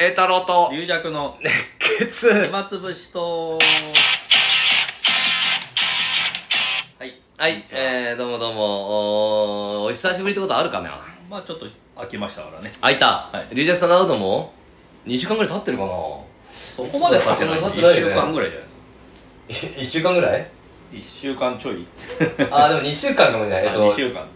栄太郎と龍弱の熱血。 暇つぶしとはい、どうもどうも、お久しぶりってことあるかな。 まあちょっと飽きましたからね。 開いた、 はい、 龍尺さんの会うのも2週間ぐらい経ってるかな。 そこまで経ってない。1週間ぐらいじゃないですか。1週間ぐらい 1週間ちょいあ、でも2週間かもしれない。 2週間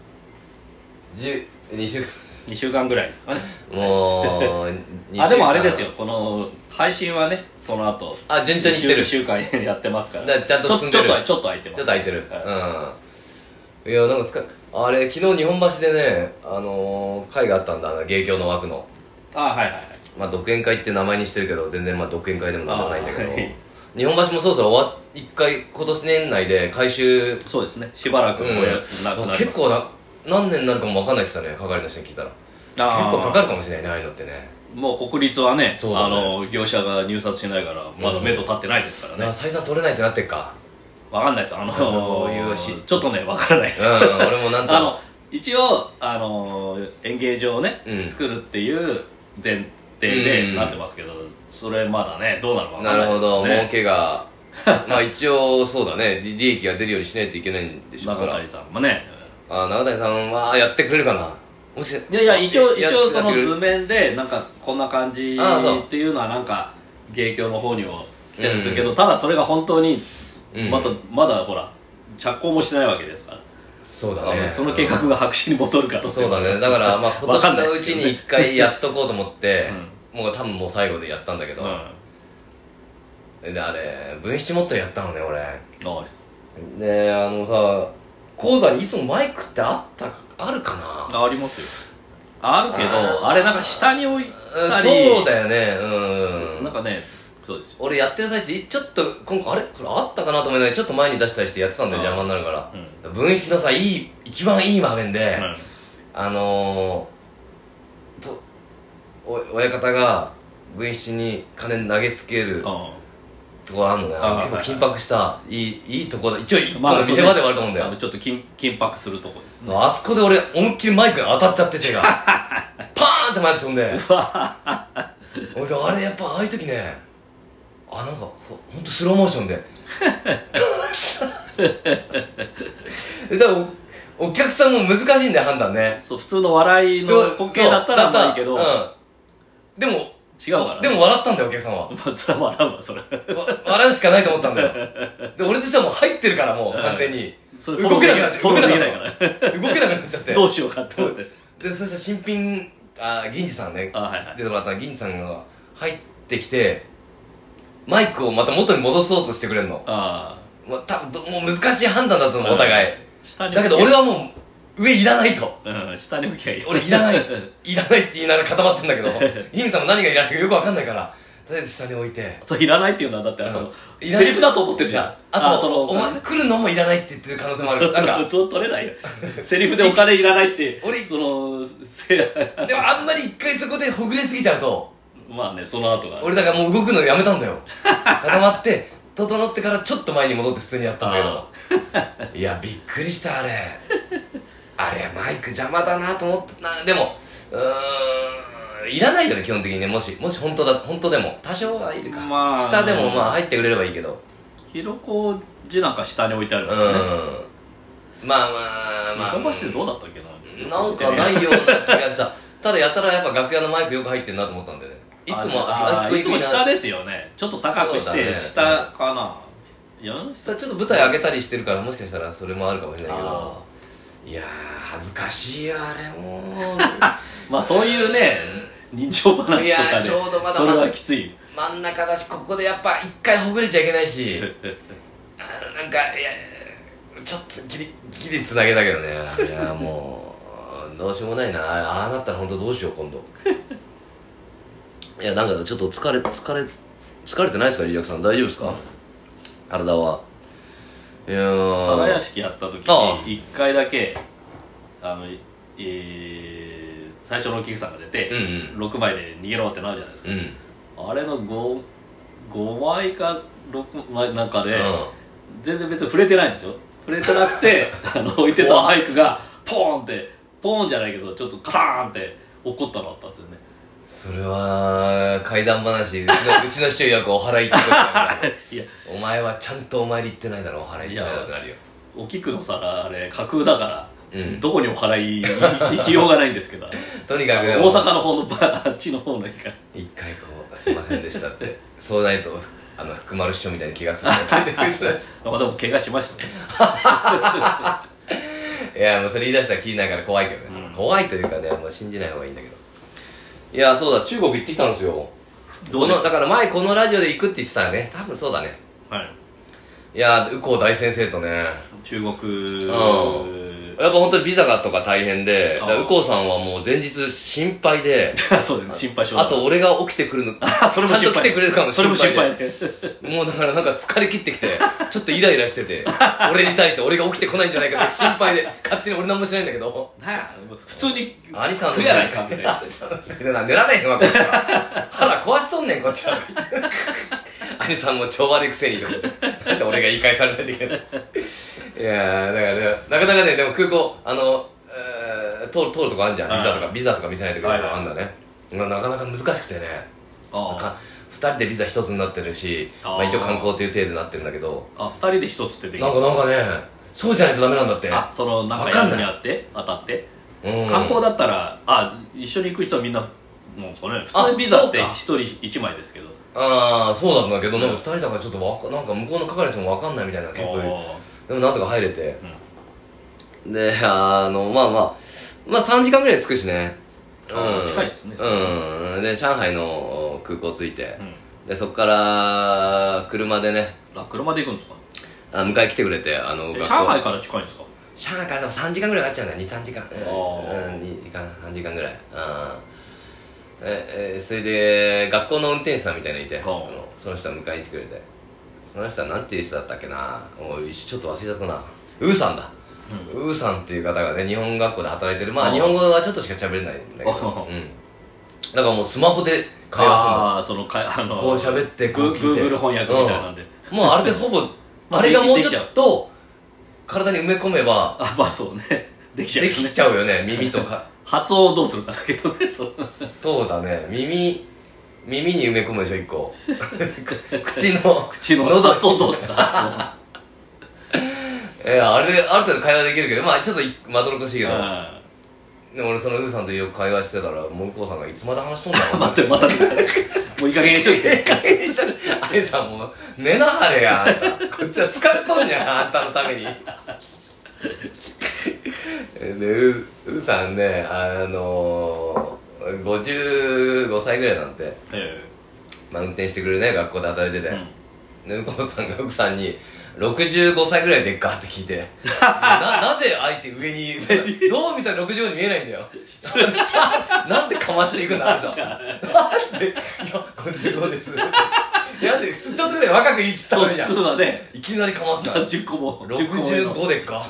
2 週間ぐらいですかね。 もうあ、でもあれですよ、この配信はね、その後順調にいってる。 1週間やってますから、 ちゃんと進んでる。 ちょっと空いてます。 ちょっと空いてる、はい、いや、なんかあれ、昨日日本橋でね、会があったんだ、芸協の枠の。 はいはいはい。 まあ独演会って名前にしてるけど、全然まあ独演会でもなんでもないんだけど、 はい、 日本橋もそろそろ一回今年年内で改修。 そうですね、しばらくなくなります。 結構何年になるかも分かんないって言ってたね、係の人に聞いたら。結構かかるかもしれないね、ああいうのってね。 もう国立はね、 そうだね、 業者が入札しないからまだ目と立ってないですからね。 採算取れないってなってっか分かんないです。 そういうちょっとね、分からないです。 俺もなんと一応演芸場をね、作るっていう前提でなってますけど、それまだねどうなるか分かんないです。 なるほど、儲けがまあ一応そうだね、利益が出るようにしないといけないんでしょ。 中谷さんもね、 中谷さんはやってくれるかな。もしいや一応その図面でなんかこんな感じっていうのはなんか芸協の方にも来てるんですけど、ただそれが本当にまだほら着工もしてないわけですから。 そうだね、 その計画が白紙に戻るかどうか。 そうだね、だからまあ今年のうちに一回やっとこうと思ってもう多分もう最後でやったんだけど、であれ分七もっとやったのね俺。でさ、講座にいつもマイクってあるかな。 ありますよ。あるけど、あれなんか下に置いたり。 そうだよね、 なんかね、そうです。 俺やってる最中ちょっと今回これあったかなと思いながらちょっと前に出したりしてやってたんで邪魔になるから、分一のさ、一番いい場面で、親方が分一に金投げつけるとこあるのね。結構緊迫したいいとこだ。一応一個の見せ場ではあると思うんだよ。 ちょっと緊迫するとこですね。 あそこで俺思いっきりマイクに当たっちゃって手がパーンって前で飛んで俺あれやっぱああいう時ね、なんかほんとスローモーションでだからお客さんも難しいんだよ、判断ね。 そう、普通の笑いの光景だったらまあいいけど、 でも違うからね。 でも笑ったんだよ、お客さんは。 それは笑うわ、それ笑うしかないと思ったんだよ。で俺としてはもう入ってるからもう完全に動けなくなっちゃって、 どうしようかって思って。 でそしたら新品銀次さんね、出てもらった銀次さんが入ってきてマイクをまた元に戻そうとしてくれるの。多分もう難しい判断だったの、お互い。だけど俺はもう上いらないと、 下に向きゃいい。 俺いらないって言いながら固まってんだけど銀さんも何がいらないかよく分かんないからとりあえず下に置いて。 そう、いらないっていうのはだってセリフだと思ってるじゃん。 あとお前来るのもいらないって言ってる可能性もある。なんか取れないよセリフでお金いらないって俺でもあんまり一回そこでほぐれすぎちゃうと、 まあね、その後が俺だからもう動くのやめたんだよ固まって整ってからちょっと前に戻って普通にやったんだけどいやびっくりした。あれマイク邪魔だなと思ってな。でもいらないよね、基本的にね。もし本当でも多少はいるか、下でもまあ入ってくれればいいけど、 ひろこ字なんか下に置いてあるからね。 まあ日本橋でどうだったっけな。 なんかないような気がしたただやたらやっぱ楽屋のマイクよく入ってんなと思ったんでね。いつも下ですよね。 ちょっと高くして下かな。 ちょっと舞台上げたりしてるからもしかしたらそれもあるかもしれないけど、いやー恥ずかしいよあれもまあそういうね人情話とかでちょうどまだそれはきつい。 真ん中だし、ここでやっぱ一回ほぐれちゃいけないしなんかちょっとギリつなげたけどね。いやもうどうしようもないな。ああなったら本当どうしよう今度いやなんかちょっと疲れてないですか、リジャクさん。大丈夫ですか、体は。いやー、 皿屋敷やった時に1回だけ最初のお客さんが出て、6枚で逃げろってなるじゃないですか、あれの5枚か6枚なんかで、全然別に触れてないんですよ。触れてなくて置いてたマイクがポーンじゃないけどちょっとカターンって落っこったのあったんですよね。 それは怪談話うちの師匠曰くお祓い行ってこいいやお前はちゃんとお参り行ってないだろお祓い行ってないだろってなるよ。 お菊の皿あれ架空だから、どこにお祓い行きようがないんですけどとにかく大阪の方のあっちの方の一回こうすいませんでしたってそうないと福丸師匠みたいな気がするまあでも怪我しましたねいやもうそれ言い出したら気にないから怖いけどね、怖いというかねもう信じない方がいいんだけど。いやそうだ中国行ってきたんですよ。だから前このラジオで行くって言ってたよね。多分そうだね。 はい。 いや右近大先生とね中国やっぱ本当にビザがとか大変で右近さんはもう前日心配でそうですね心配性あと俺が起きてくるのそれも心配ちゃんと来てくれるかもしれない。 それも心配でもうだからなんか疲れ切ってきてちょっとイライラしてて俺に対して俺が起きてこないんじゃないかって心配で勝手に俺何もしないんだけど普通に兄さん食やないかみたいな寝られへんわこっちは腹壊しとんねんこっちは兄さんも超悪いくせになんで俺が言い返されないといけないいやだからねなかなかねでも空港通るとこあるじゃんビザとか見せないといけないとこあるんだね、なかなか難しくてね2人でビザ1つになってるし一応観光という体でなってるんだけど 2人で1つってできるなんかねそうじゃないとダメなんだって。 そのなんかやにあって当たって観光だったら一緒に行く人はみんなもうですかね普通にビザって1人1枚ですけどそうなんだけどなんか2人だからちょっとなんか向こうの係の人も分かんないみたいな結構でもなんとか入れて、でまあ3時間ぐらいで着くしね近いですねで上海の空港着いて、でそこから車でね車で行くんですか迎え来てくれて上海から近いんですか上海からでも3時間ぐらいかかっちゃうんだよ 2,3 時間2時間3時間ぐらいそれで学校の運転手さんみたいなのいてその人が迎えに来てくれてその人はなんていう人だったっけなちょっと忘れちゃったなウーさんだ、ウーさんっていう方がね日本学校で働いてる日本語はちょっとしか喋れないんだけどだからもうスマホで会話するのこう喋ってこう聞いて Google 翻訳みたいなんでもうあれでほぼあれがもうちょっと体に埋め込めばそうねできちゃうよね耳とか発音をどうするかだけどねそうだね耳に埋め込むでしょ1個口の喉発音どうするかある程度会話できるけどちょっとまどろっこしいけどでも俺そのウーさんとよく会話してたらもう向こうさんがいつまで話しとんだろう待ってもういい加減にしといていい加減にしたらあれさんもう寝なはれやあんたこっちは疲れとんじゃんあんたのためにでウーさんね55歳ぐらいなんて、運転してくれるね学校で働いてて、で向こうさんが奥さんに65歳ぐらいでっかって聞いてなぜ相手上にどう見たら65に見えないんだよなんでかましていくんだあれさなんでいや55ですなんでちょっとぐらい若く言いつったのに普通はねいきなりかますから 10個も 65でっか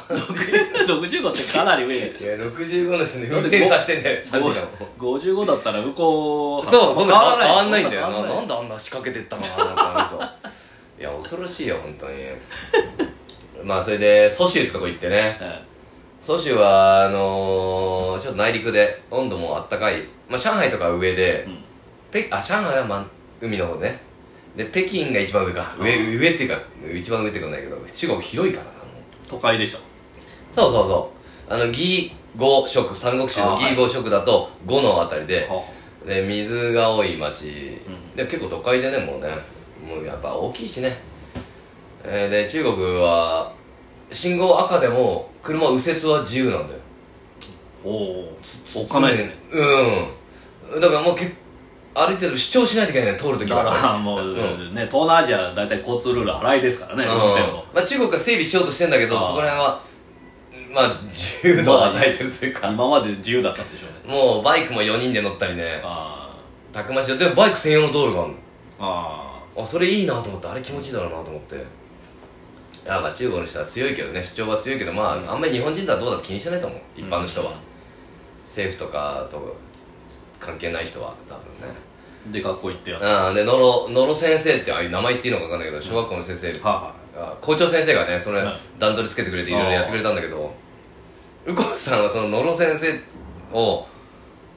65ってかなり上いや65の人に運転させてね3時間 55だったら向こうそうそんな変わんないんだよなんであんな仕掛けてったかななんかいや恐ろしいよ本当にそれで蘇州ってとこ行ってね、蘇州はちょっと内陸で温度もあったかい、上海とか上で、上海は、海の方ねで北京が一番上か上っていうか一番上ってことないけど中国広いからさ都会でしたそう義呉蜀三国州の義呉蜀だと呉のあたりで水が多い町で結構都会でねもうやっぱ大きいしねで中国は信号赤でも車右折は自由なんだよおっかないですねだからもう歩いてる主張しないといけないね通るときはだからもうね東南アジア大体交通ルール荒いですからね運転も中国が整備しようとしてんだけどそこら辺は自由度を与えてるというか今まで自由だったんでしょうねもうバイクも4人で乗ったりねたくましいでもバイク専用の道路があるそれいいなと思ってあれ気持ちいいだろうなと思って中国の人は強いけどね主張は強いけどあんまり日本人とはどうだって気にしてないと思う一般の人は政府とかと関係ない人は多分ねで学校行ってやで野呂先生って名前言っていいのか分かんないけど小学校の先生校長先生がねそれ段取りつけてくれていろいろやってくれたんだけど右近さんはその野呂先生を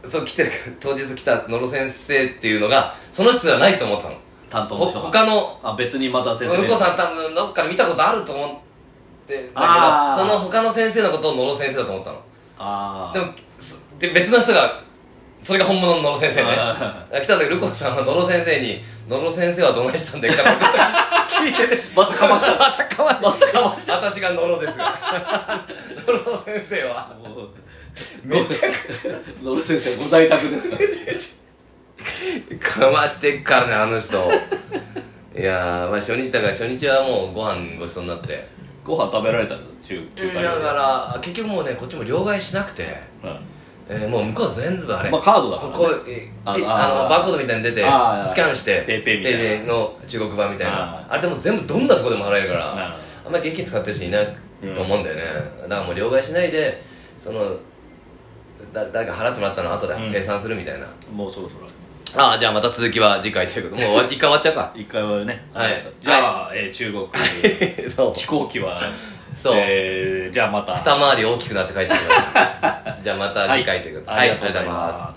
そう当日来た野呂先生っていうのがその人じゃないと思ってたの。 担当の人が他の別にまた先生向こうさん多分どっかで見たことあると思ってだけど、その他の先生のことを野呂先生だと思ったの。でも別の人がそれが本物の野呂先生ね来たんだけど、ルコさんは野呂先生に「野呂先生はどないしたんだよ」からずっと聞いててまたかましたまたかました私が野呂ですが野呂先生はめちゃくちゃ野呂先生ご在宅ですかましてっからねあの人いやー、まあ初日はもうご飯ごちそうになって、 ご飯食べられたの中華だから結局もうねこっちも両替しなくて、もう向こう全部あれ、 まあ、カードだから、ね、 バーコードみたいに出てスキャンしてペイペイみたいなの中国版みたいな、あれでも全部どんなとこでも払えるから、あんまり現金使ってる人いないと思うんだよね、だからもう両替しないで誰か払ってもらったの後で清算するみたいな、 もうそろそろじゃあまた続きは次回ということで、もう一回終わっちゃうか一回はね、 はい、 じゃあ、中国飛行機はそう、 じゃあまた二回り大きくなって帰ってくるじゃあまた次回ということで、 ありがとうございます。